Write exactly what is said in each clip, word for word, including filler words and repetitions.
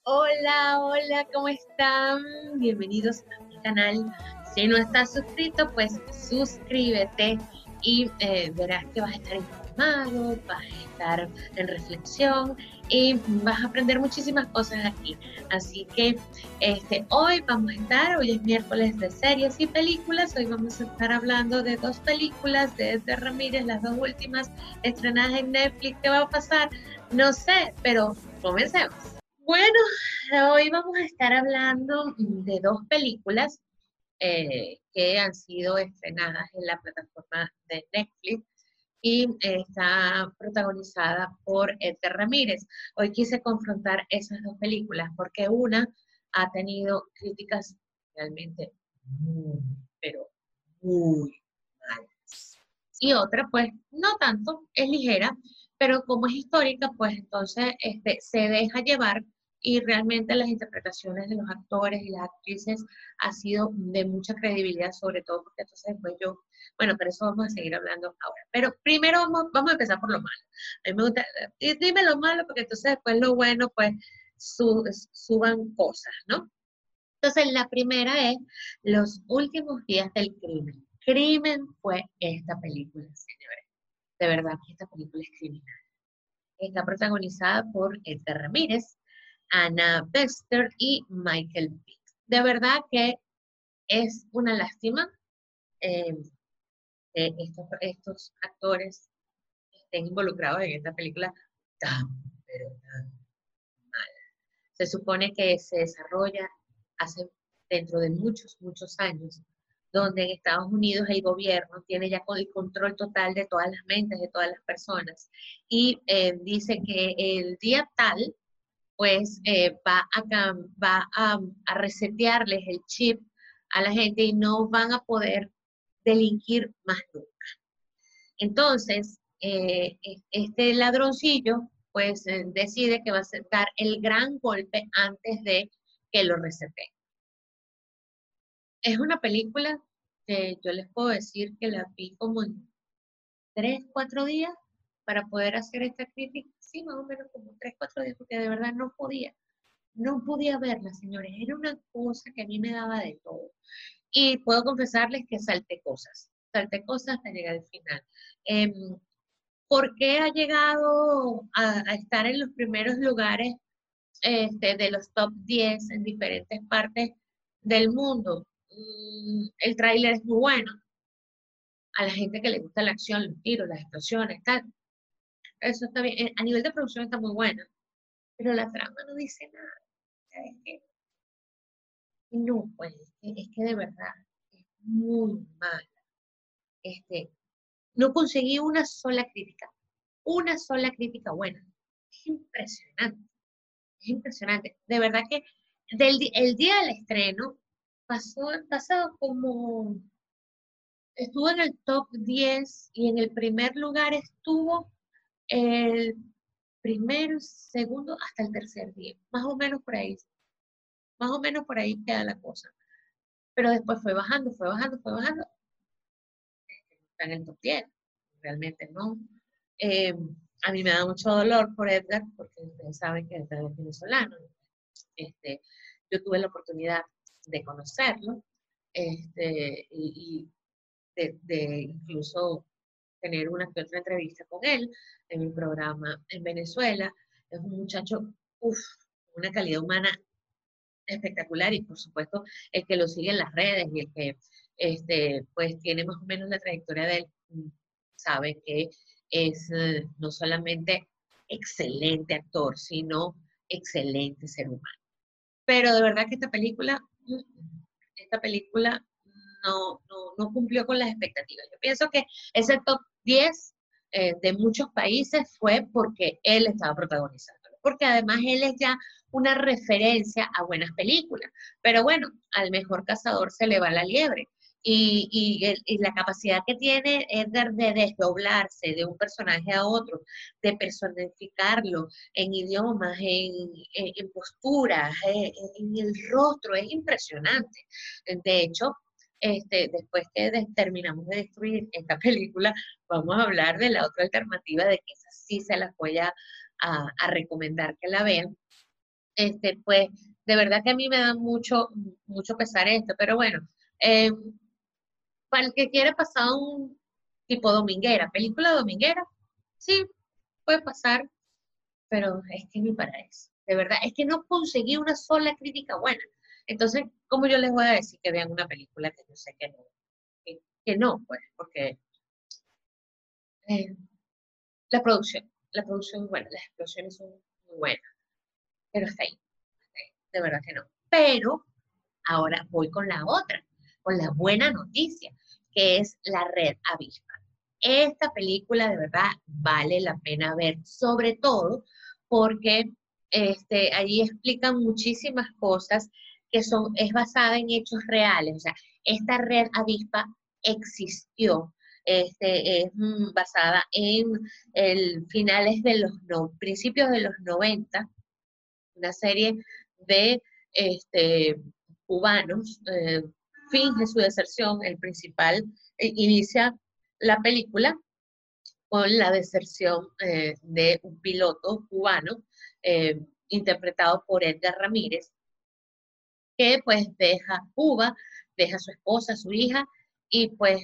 Hola, hola, ¿cómo están? Bienvenidos a mi canal. Si no estás suscrito, pues suscríbete y eh, verás que vas a estar informado, vas a estar en reflexión y vas a aprender muchísimas cosas aquí. Así que este, hoy vamos a estar, hoy es miércoles de series y películas, hoy vamos a estar hablando de dos películas de Edgar Ramírez, las dos últimas estrenadas en Netflix. ¿Qué va a pasar? No sé, pero comencemos. Bueno, hoy vamos a estar hablando de dos películas eh, que han sido estrenadas en la plataforma de Netflix y eh, está protagonizada por Edgar Ramírez. Hoy quise confrontar esas dos películas porque una ha tenido críticas realmente muy, pero muy malas. Y otra, pues, no tanto, es ligera, pero como es histórica, pues entonces este, se deja llevar y realmente las interpretaciones de los actores y las actrices ha sido de mucha credibilidad, sobre todo porque entonces pues yo, bueno, pero eso vamos a seguir hablando ahora. Pero primero vamos, vamos a empezar por lo malo. A mí me gusta, y dime lo malo porque entonces después lo bueno, pues su, suban cosas, ¿no? Entonces la primera es Los últimos días del crimen. Crimen fue esta película, señores. De verdad que esta película es criminal. Está protagonizada por Edgar Ramírez, Anna Bexter y Michael Pitt. De verdad que es una lástima eh, que estos, estos actores estén involucrados en esta película tan, pero tan mala. Se supone que se desarrolla hace dentro de muchos, muchos años, donde en Estados Unidos el gobierno tiene ya el control total de todas las mentes de todas las personas y eh, dice que el día tal pues eh, va, a, va a, a resetearles el chip a la gente y no van a poder delinquir más nunca. Entonces, eh, este ladroncillo pues eh, decide que va a dar el gran golpe antes de que lo reseten. Es una película que yo les puedo decir que la vi como en tres, cuatro días para poder hacer esta crítica. Sí, más o menos como tres, cuatro días, porque de verdad no podía. No podía verla, señores. Era una cosa que a mí me daba de todo. Y puedo confesarles que salté cosas. Salté cosas hasta llegar al final. Eh, ¿Por qué ha llegado a, a, estar en los primeros lugares este, de los top diez en diferentes partes del mundo? Mm, el tráiler es muy bueno. A la gente que le gusta la acción, los tiros, las explosiones, tal. Eso está bien. Eh, A nivel de producción está muy buena. Pero la trama no dice nada. ¿Sabes qué? No, pues es que, es que de verdad es muy mal. Este, no conseguí una sola crítica, una sola crítica buena. Es impresionante, es impresionante. De verdad que del, di- el día del estreno pasó, pasado como, estuvo en el top diez y en el primer lugar estuvo el primero, segundo, hasta el tercer día. Más o menos por ahí, más o menos por ahí queda la cosa. Pero después fue bajando, fue bajando, fue bajando está en el top diez, realmente no. Eh, a mí me da mucho dolor por Edgar, porque ustedes saben que Edgar es venezolano. Este, yo tuve la oportunidad de conocerlo este, y, y de, de, incluso tener una que otra entrevista con él en mi programa en Venezuela. Es un muchacho, uff, una calidad humana espectacular y por supuesto el que lo sigue en las redes y el que este, pues tiene más o menos la trayectoria de él, mm, sabe que es eh, no solamente excelente actor, sino excelente ser humano. Pero de verdad que esta película, mm, esta película no, no, no cumplió con las expectativas. Yo pienso que ese top diez eh, de muchos países fue porque él estaba protagonizando, porque además él es ya una referencia a buenas películas. Pero bueno, al mejor cazador se le va la liebre. Y, y, el, y, la capacidad que tiene Edgar de desdoblarse de un personaje a otro, de personificarlo en idiomas, en, en, en posturas, en, en, el rostro, es impresionante. De hecho, este, después que de, terminamos de destruir esta película, vamos a hablar de la otra alternativa, de que esa sí se las voy a, a, a recomendar que la vean, este, pues de verdad que a mí me da mucho, mucho pesar esto, pero bueno, eh, para el que quiere pasar un tipo dominguera, película dominguera, sí, puede pasar, pero es que ni para eso. De verdad, es que no conseguí una sola crítica buena. Entonces, ¿cómo yo les voy a decir que vean una película que yo sé que no? Que, que no, pues, porque eh, la producción, la producción es buena, las explosiones son muy buenas, pero está ahí, de verdad que no. Pero ahora voy con la otra, con la buena noticia, que es La Red Avispa. Esta película de verdad vale la pena ver, sobre todo porque este, allí explican muchísimas cosas que son, es basada en hechos reales. O sea, esta red avispa existió. Este, es mm, basada en el, finales de los no, principios de los noventa, una serie de este, cubanos, eh, finge su deserción, el principal eh, inicia la película con la deserción eh, de un piloto cubano eh, interpretado por Edgar Ramírez, que pues deja Cuba, deja a su esposa, a su hija, y pues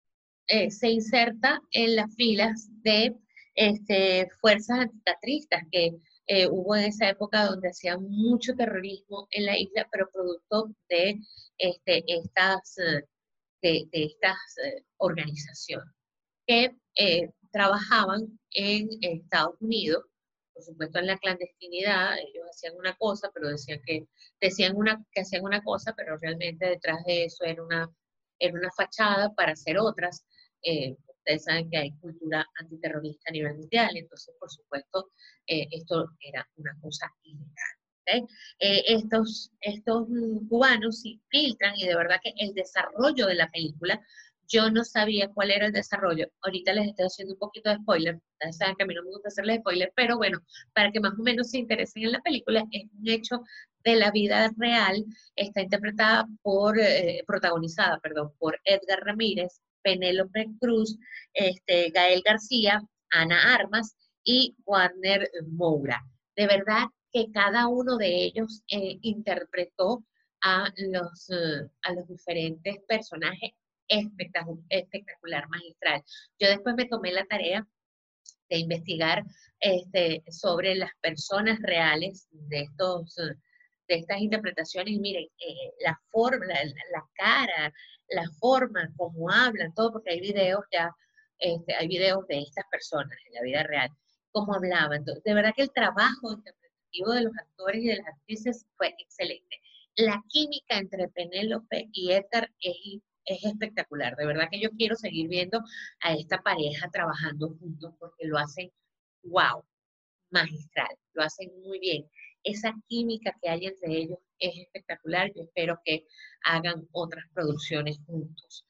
eh, se inserta en las filas de este, fuerzas anticatristas que eh, hubo en esa época donde hacían mucho terrorismo en la isla, pero producto de este, estas, eh, de, de estas eh, organizaciones que eh, trabajaban en Estados Unidos, por supuesto en la clandestinidad. Ellos hacían una cosa, pero decían que, decían una, que hacían una cosa, pero realmente detrás de eso era una, era una fachada para hacer otras. Eh, ustedes saben que hay cultura antiterrorista a nivel mundial, entonces por supuesto eh, esto era una cosa ilegal. ¿Okay? Eh, estos, estos mm, cubanos se infiltran y de verdad que el desarrollo de la película, yo no sabía cuál era el desarrollo. Ahorita les estoy haciendo un poquito de spoiler. Ustedes saben que a mí no me gusta hacerles spoiler, pero bueno, para que más o menos se interesen en la película, es un hecho de la vida real. Está interpretada por, eh, protagonizada, perdón, por Edgar Ramírez, Penélope Cruz, este, Gael García, Ana Armas y Warner Moura. De verdad que cada uno de ellos eh, interpretó a los, uh, a los diferentes personajes espectacular, espectacular, magistral. Yo después me tomé la tarea de investigar este, sobre las personas reales de, estos, de estas interpretaciones. Y miren, eh, la forma, la, la, cara, la forma, cómo hablan, todo, porque hay videos ya, este, hay videos de estas personas en la vida real, cómo hablaban. Entonces, de verdad que el trabajo interpretativo de los actores y de las actrices fue excelente. La química entre Penélope y Edgar es es espectacular. De verdad que yo quiero seguir viendo a esta pareja trabajando juntos porque lo hacen, wow, magistral, lo hacen muy bien. Esa química que hay entre ellos es espectacular. Yo espero que hagan otras producciones juntos.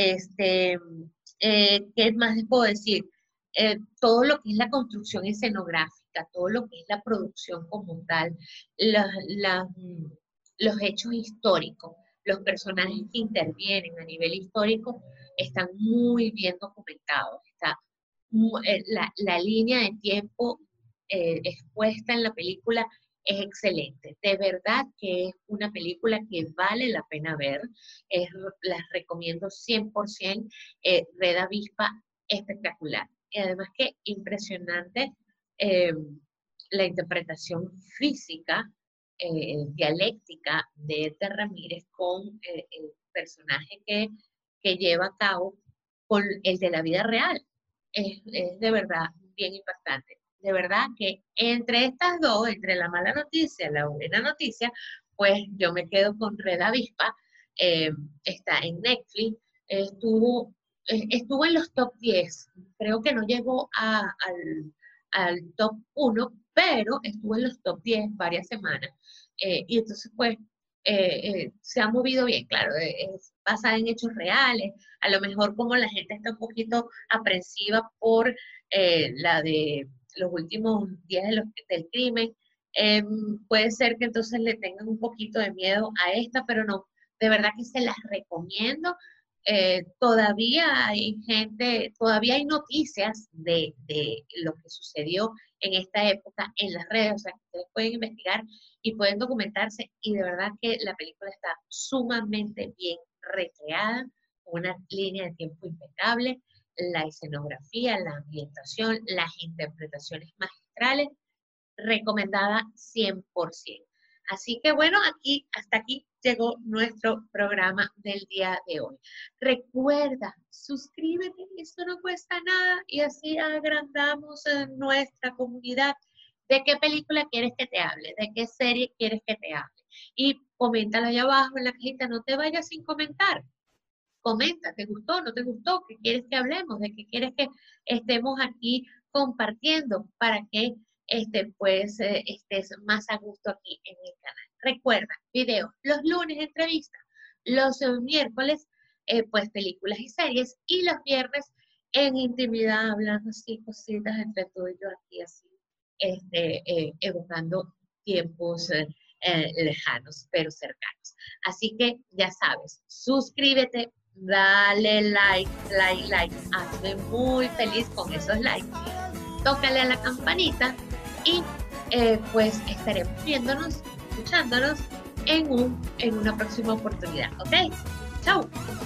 Este, eh, ¿qué más les puedo decir? Eh, todo lo que es la construcción escenográfica, todo lo que es la producción como tal, la, la, los hechos históricos, los personajes que intervienen a nivel histórico están muy bien documentados. Está la, la línea de tiempo eh, expuesta en la película es excelente. De verdad que es una película que vale la pena ver. Es, las recomiendo cien por ciento. Eh, Red Avispa, espectacular. Y además que impresionante eh, la interpretación física, eh, dialéctica de Edgar Ramírez con eh, el personaje que, que lleva a cabo con el de la vida real. Es, es de verdad bien impactante. De verdad que entre estas dos, entre la mala noticia y la buena noticia, pues yo me quedo con Red Avispa. Eh, está en Netflix, estuvo, eh, estuvo en los top diez. Creo que no llegó a, al, al top uno, pero estuvo en los top diez varias semanas. Eh, y entonces, pues, eh, eh, se ha movido bien, claro, eh, es basada en hechos reales. A lo mejor como la gente está un poquito aprensiva por eh, la de los últimos días de los, del crimen, eh, puede ser que entonces le tengan un poquito de miedo a esta, pero no, de verdad que se las recomiendo. eh, todavía hay gente, todavía hay noticias de, de lo que sucedió en esta época en las redes, o sea, que ustedes pueden investigar y pueden documentarse, y de verdad que la película está sumamente bien recreada, con una línea de tiempo impecable, la escenografía, la ambientación, las interpretaciones magistrales, recomendada cien por ciento. Así que bueno, aquí, hasta aquí llegó nuestro programa del día de hoy. Recuerda, suscríbete, esto no cuesta nada y así agrandamos eh, nuestra comunidad. ¿De qué película quieres que te hable? ¿De qué serie quieres que te hable? Y coméntalo allá abajo en la cajita, no te vayas sin comentar. Comenta, ¿te gustó? ¿No te gustó? ¿Qué quieres que hablemos? ¿De qué quieres que estemos aquí compartiendo para que este, pues, eh, estés más a gusto aquí en el canal? Recuerda, videos los lunes, entrevistas, los eh, miércoles, eh, pues películas y series, y los viernes en intimidad, hablando así, cositas entre tú y yo aquí así, este, eh, evocando tiempos eh, eh, lejanos, pero cercanos. Así que ya sabes, suscríbete, dale like, like, like, hazme muy feliz con esos likes, tócale a la campanita y eh, pues estaremos viéndonos, escuchándonos en, un, en una próxima oportunidad, ¿ok? ¡Chao!